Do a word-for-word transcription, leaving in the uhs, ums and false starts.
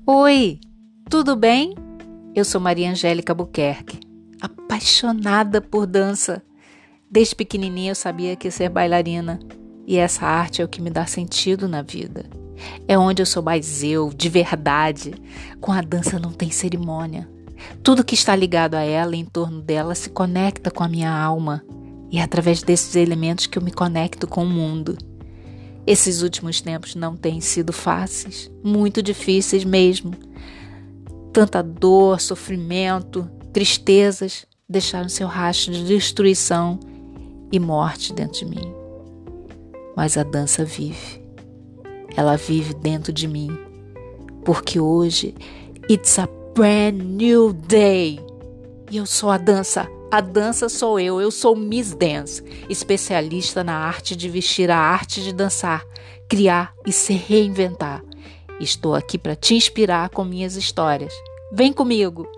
Oi, tudo bem? Eu sou Maria Angélica Buquerque, apaixonada por dança. Desde pequenininha eu sabia que ia ser bailarina e essa arte é o que me dá sentido na vida. É onde eu sou mais eu, de verdade. Com a dança não tem cerimônia. Tudo que está ligado a ela e em torno dela se conecta com a minha alma e é através desses elementos que eu me conecto com o mundo. Esses últimos tempos não têm sido fáceis, muito difíceis mesmo. Tanta dor, sofrimento, tristezas deixaram seu rastro de destruição e morte dentro de mim. Mas a dança vive. Ela vive dentro de mim. Porque hoje, it's a brand new day. E eu sou a dança. A dança sou eu, eu sou Miss Dance, especialista na arte de vestir, a arte de dançar, criar e se reinventar. Estou aqui para te inspirar com minhas histórias. Vem comigo!